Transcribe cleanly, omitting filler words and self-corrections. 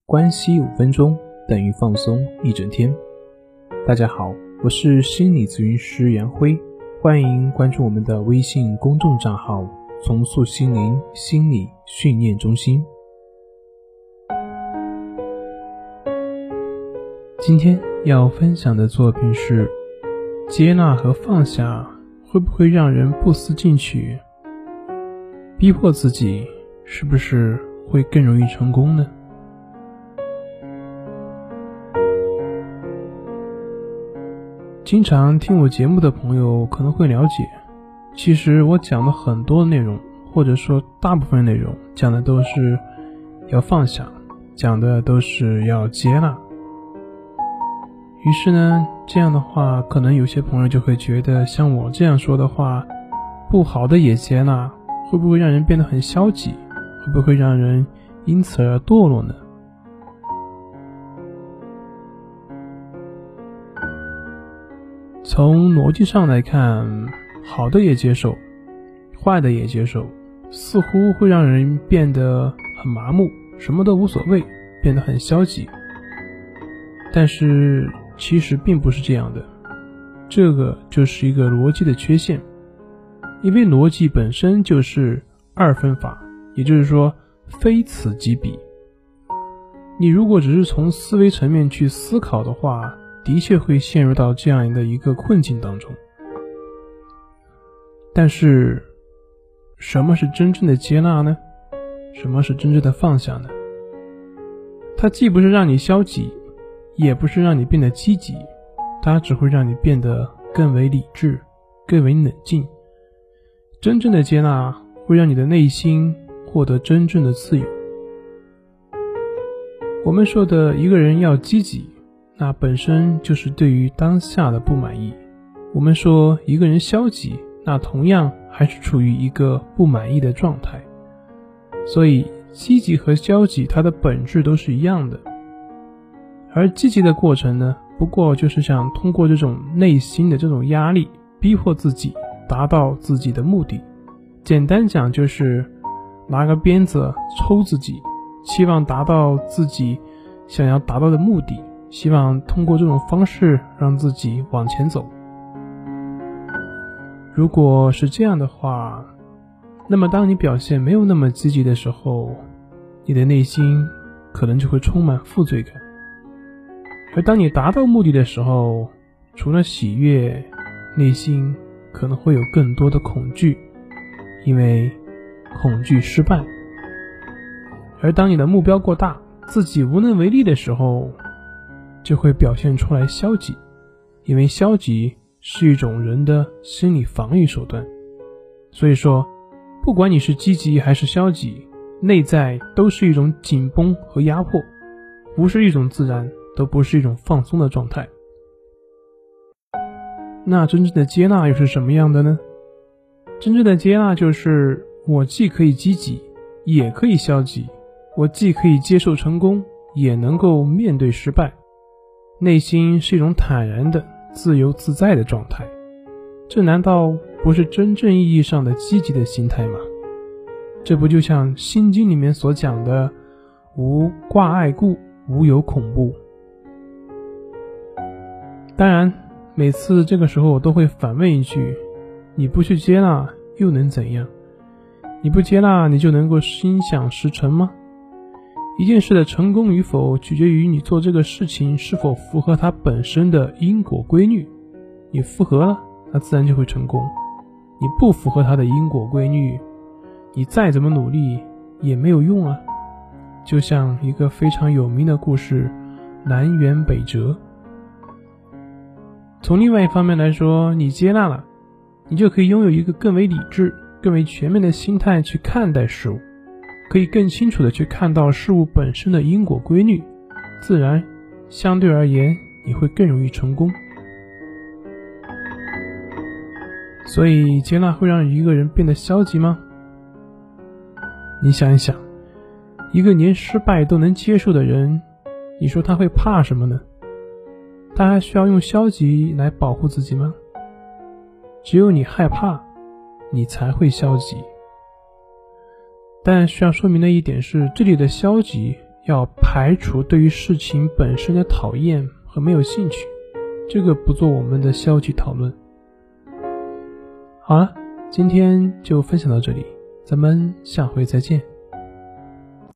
关系5分钟等于放松1整天。大家好，我是心理咨询师杨辉，欢迎关注我们的微信公众账号重塑心灵心理训练中心。今天要分享的作品是：接纳和放下会不会让人不思进取？逼迫自己是不是会更容易成功呢？经常听我节目的朋友可能会了解，其实我讲的很多内容，或者说大部分内容，讲的都是要放下，讲的都是要接纳。于是呢，这样的话，可能有些朋友就会觉得，像我这样说的话，不好的也接纳，会不会让人变得很消极？会不会让人因此而堕落呢？从逻辑上来看，好的也接受，坏的也接受，似乎会让人变得很麻木，什么都无所谓，变得很消极。但是其实并不是这样的，这个就是一个逻辑的缺陷。因为逻辑本身就是二分法，也就是说非此即彼。你如果只是从思维层面去思考的话，的确会陷入到这样的一个困境当中。但是什么是真正的接纳呢？什么是真正的放下呢？它既不是让你消极，也不是让你变得积极，它只会让你变得更为理智，更为冷静。真正的接纳会让你的内心获得真正的自由。我们说的一个人要积极，那本身就是对于当下的不满意。我们说一个人消极，那同样还是处于一个不满意的状态。所以积极和消极它的本质都是一样的。而积极的过程呢，不过就是想通过这种内心的这种压力，逼迫自己达到自己的目的。简单讲就是拿个鞭子抽自己，希望达到自己想要达到的目的，希望通过这种方式让自己往前走。如果是这样的话，那么当你表现没有那么积极的时候，你的内心可能就会充满负罪感。而当你达到目的的时候，除了喜悦，内心可能会有更多的恐惧，因为恐惧失败。而当你的目标过大，自己无能为力的时候，就会表现出来消极，因为消极是一种人的心理防御手段。所以说，不管你是积极还是消极，内在都是一种紧绷和压迫，不是一种自然，都不是一种放松的状态。那真正的接纳又是什么样的呢？真正的接纳就是我既可以积极，也可以消极，我既可以接受成功，也能够面对失败。内心是一种坦然的自由自在的状态，这难道不是真正意义上的积极的心态吗？这不就像《心经》里面所讲的无挂碍故，无有恐怖。当然每次这个时候我都会反问一句，你不去接纳又能怎样？你不接纳你就能够心想事成吗？一件事的成功与否取决于你做这个事情是否符合它本身的因果规律。你符合了，那自然就会成功。你不符合它的因果规律，你再怎么努力也没有用啊。就像一个非常有名的故事，南辕北辙。从另外一方面来说，你接纳了，你就可以拥有一个更为理智、更为全面的心态去看待事物，可以更清楚地去看到事物本身的因果规律，自然相对而言你会更容易成功。所以接纳会让一个人变得消极吗？你想一想，一个连失败都能接受的人，你说他会怕什么呢？他还需要用消极来保护自己吗？只有你害怕，你才会消极。但需要说明的一点是，这里的消极要排除对于事情本身的讨厌和没有兴趣，这个不做我们的消极讨论。好了，今天就分享到这里，咱们下回再见。